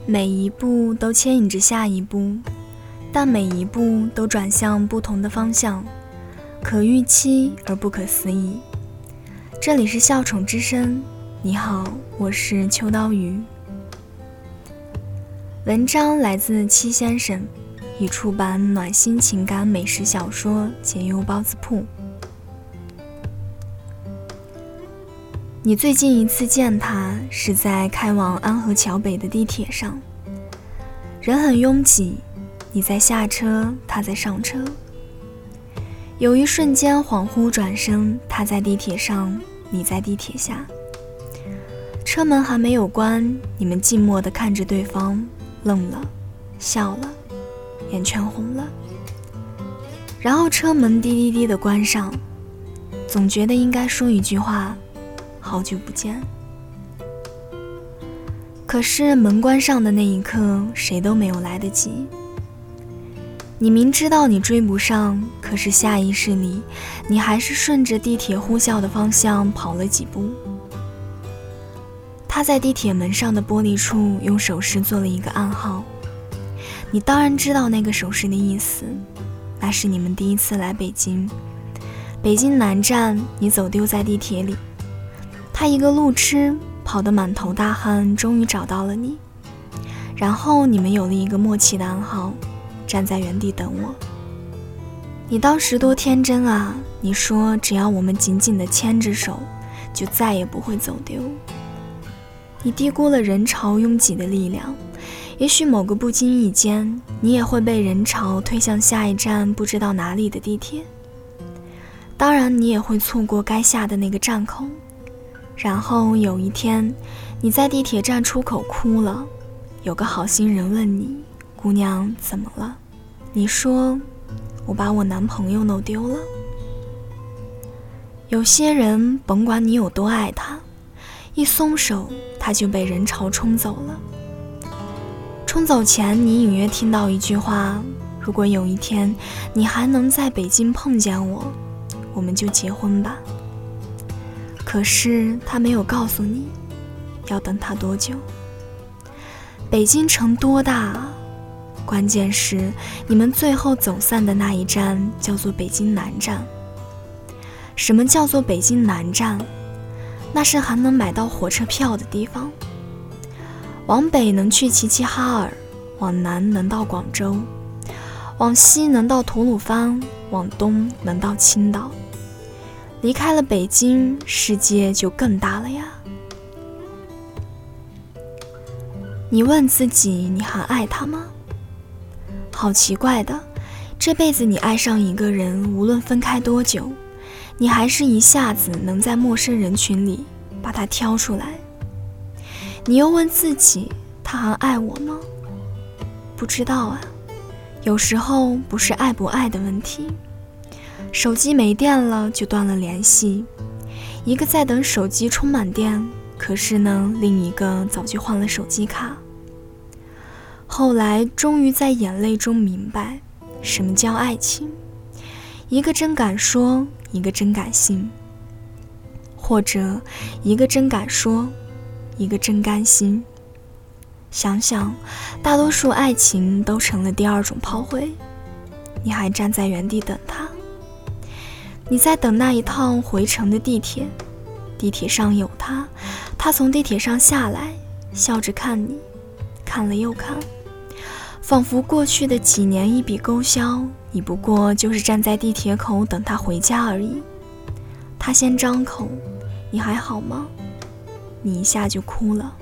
每一步都牵引着下一步，但每一步都转向不同的方向，可预期而不可思议。这里是笑宠之声，你好，我是秋刀鱼。文章来自七先生，已出版暖心情感美食小说《解忧包子铺》。你最近一次见他是在开往安河桥北的地铁上，人很拥挤，你在下车，他在上车。有一瞬间恍惚转身，他在地铁上，你在地铁下。车门还没有关，你们静默地看着对方，愣了，笑了，眼圈红了。然后车门滴滴滴地关上，总觉得应该说一句话，好久不见。可是门关上的那一刻，谁都没有来得及。你明知道你追不上，可是下意识里，你还是顺着地铁呼啸的方向跑了几步。他在地铁门上的玻璃处用手势做了一个暗号，你当然知道那个手势的意思，那是你们第一次来北京，北京南站，你走丢在地铁里，他一个路痴跑得满头大汗，终于找到了你，然后你们有了一个默契的暗号，站在原地等我。你当时多天真啊，你说只要我们紧紧地牵着手，就再也不会走丢。你低估了人潮拥挤的力量，也许某个不经意间，你也会被人潮推向下一站不知道哪里的地铁。当然你也会错过该下的那个站口，然后有一天你在地铁站出口哭了，有个好心人问你，姑娘怎么了？你说，我把我男朋友弄丢了。有些人甭管你有多爱他，一松手他就被人潮冲走了。冲走前你隐约听到一句话，如果有一天你还能在北京碰见我，我们就结婚吧。可是他没有告诉你要等他多久。北京城多大啊，关键是你们最后走散的那一站叫做北京南站。什么叫做北京南站？那是还能买到火车票的地方。往北能去齐齐哈尔，往南能到广州，往西能到吐鲁番，往东能到青岛。离开了北京，世界就更大了呀。你问自己，你还爱他吗？好奇怪的，这辈子你爱上一个人，无论分开多久，你还是一下子能在陌生人群里把他挑出来。你又问自己，他还爱我吗？不知道啊，有时候不是爱不爱的问题。手机没电了就断了联系，一个在等手机充满电，可是呢，另一个早就换了手机卡。后来终于在眼泪中明白，什么叫爱情，一个真敢说，一个真敢信，或者一个真敢说，一个真甘心。想想，大多数爱情都成了第二种炮灰，你还站在原地等他。你在等那一趟回程的地铁，地铁上有他，他从地铁上下来，笑着看你，看了又看，仿佛过去的几年一笔勾销，你不过就是站在地铁口等他回家而已。他先张口，你还好吗？你一下就哭了。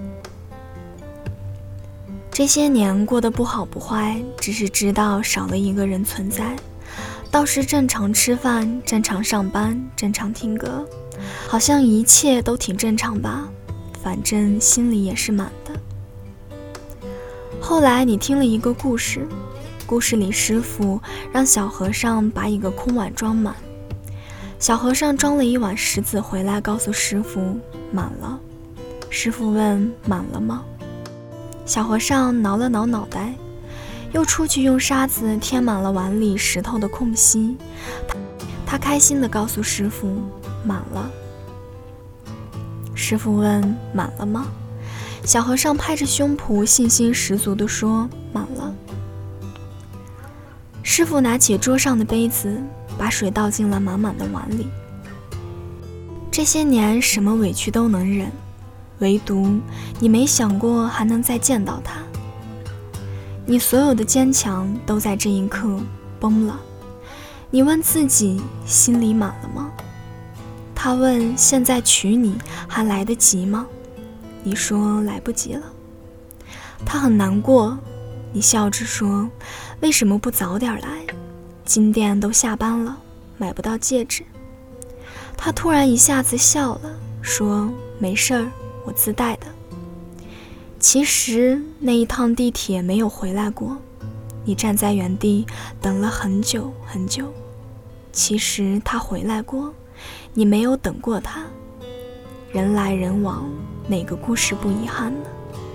这些年过得不好不坏，只是知道少了一个人存在，倒是正常吃饭，正常上班，正常听歌，好像一切都挺正常吧，反正心里也是满的。后来你听了一个故事，故事里师傅让小和尚把一个空碗装满，小和尚装了一碗石子回来，告诉师傅满了。师傅问满了吗？小和尚挠了挠脑袋，又出去用沙子填满了碗里石头的空隙。他开心地告诉师傅满了。师傅问满了吗？ 小和尚拍着胸脯，信心十足地说：满了。师傅拿起桌上的杯子，把水倒进了满满的碗里。这些年什么委屈都能忍，唯独你没想过还能再见到他。你所有的坚强都在这一刻崩了。你问自己，心里满了吗？他问，现在娶你还来得及吗？你说来不及了。他很难过，你笑着说，为什么不早点来？金店都下班了，买不到戒指。他突然一下子笑了，说，没事儿，我自带的。其实那一趟地铁没有回来过，你站在原地等了很久很久。其实他回来过，你没有等过他。人来人往，哪个故事不遗憾呢？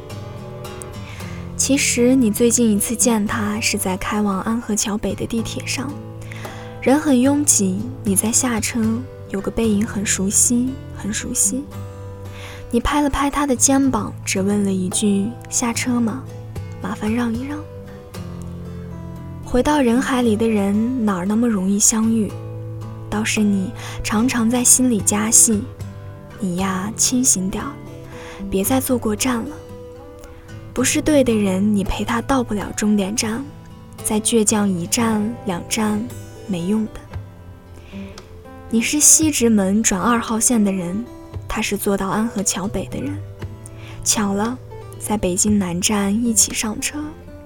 其实你最近一次见他是在开往安河桥北的地铁上，人很拥挤，你在下车，有个背影很熟悉很熟悉。你拍了拍他的肩膀，只问了一句，下车吗？麻烦让一让。回到人海里的人哪儿那么容易相遇，倒是你常常在心里加戏。你呀，清醒点儿，别再坐过站了。不是对的人，你陪他到不了终点站，再倔强一站两站没用的。你是西直门转2号线的人，他是坐到安河桥北的人，巧了，在北京南站一起上车。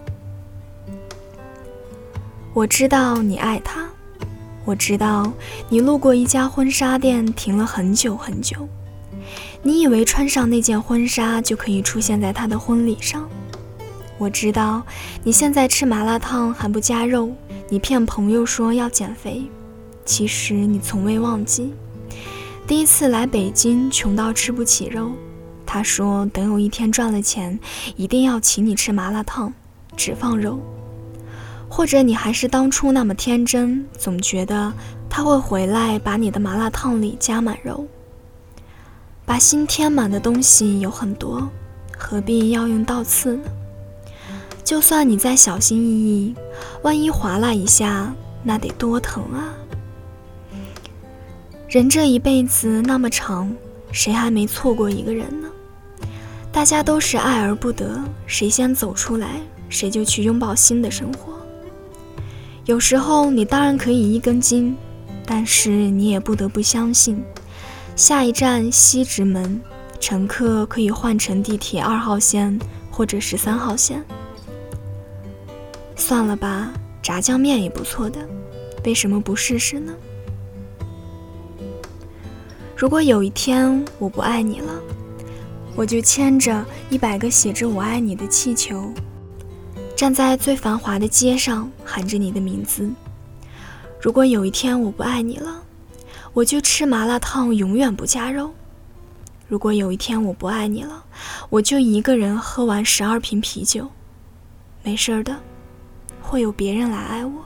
我知道你爱他，我知道你路过一家婚纱店停了很久很久，你以为穿上那件婚纱就可以出现在他的婚礼上。我知道你现在吃麻辣烫还不加肉，你骗朋友说要减肥，其实你从未忘记第一次来北京穷到吃不起肉，他说等有一天赚了钱一定要请你吃麻辣烫，只放肉。或者你还是当初那么天真，总觉得他会回来把你的麻辣烫里加满肉。把心填满的东西有很多，何必要用倒刺呢？就算你再小心翼翼，万一划拉一下，那得多疼啊！人这一辈子那么长，谁还没错过一个人呢？大家都是爱而不得，谁先走出来，谁就去拥抱新的生活。有时候你当然可以一根筋，但是你也不得不相信，下一站西直门，乘客可以换乘地铁2号线或者13号线。算了吧，炸酱面也不错的，为什么不试试呢？如果有一天我不爱你了，我就牵着100个写着我爱你的气球，站在最繁华的街上喊着你的名字。如果有一天我不爱你了，我就吃麻辣烫永远不加肉。如果有一天我不爱你了，我就一个人喝完12瓶啤酒。没事的，会有别人来爱我。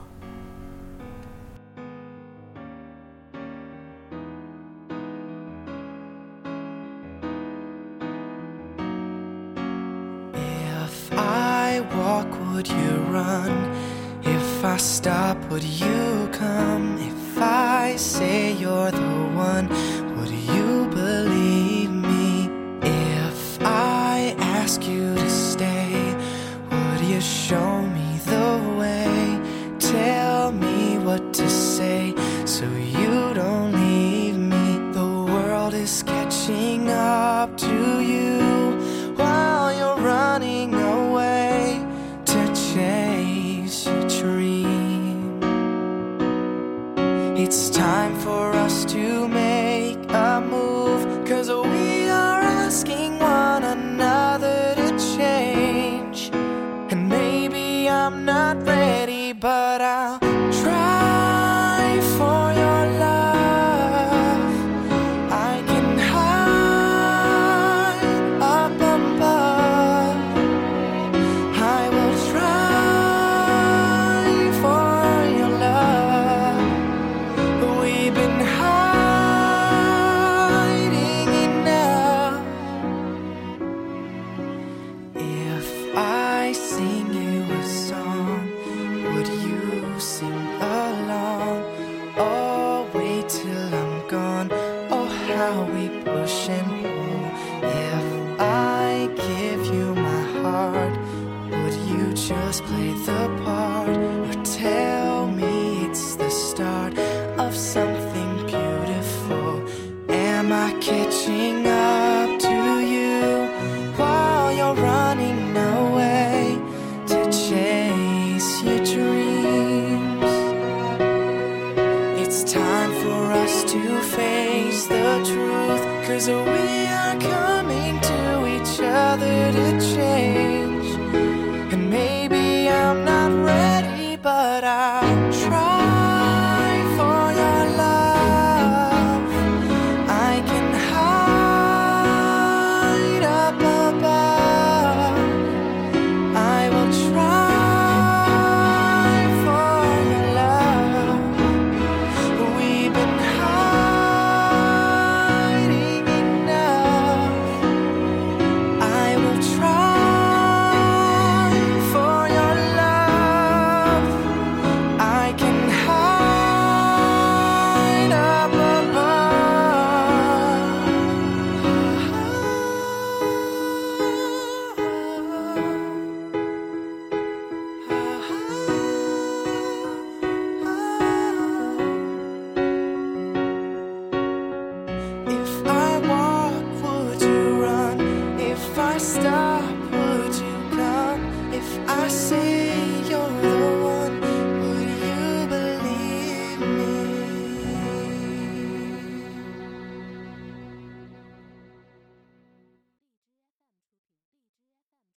Walk, would you run? If I stop, would you come? If I say you're the one, would you believe me? If I ask you to stay, would you show me the way? Tell me what to say so you don't leave me. The world is catching up to you while you're running away to chase your dream. It's time for us to make a move, 'cause we are asking one another to change. And maybe I'm not ready, but I'll try for your love. I can hide how we push and pull. If I give you my heart, would you just play the part, or tell me it's the start of something beautiful? Am I catching up to you while you're running away to chase your dreams? It's time for us to face the truth, 'cause we are coming to each other to change.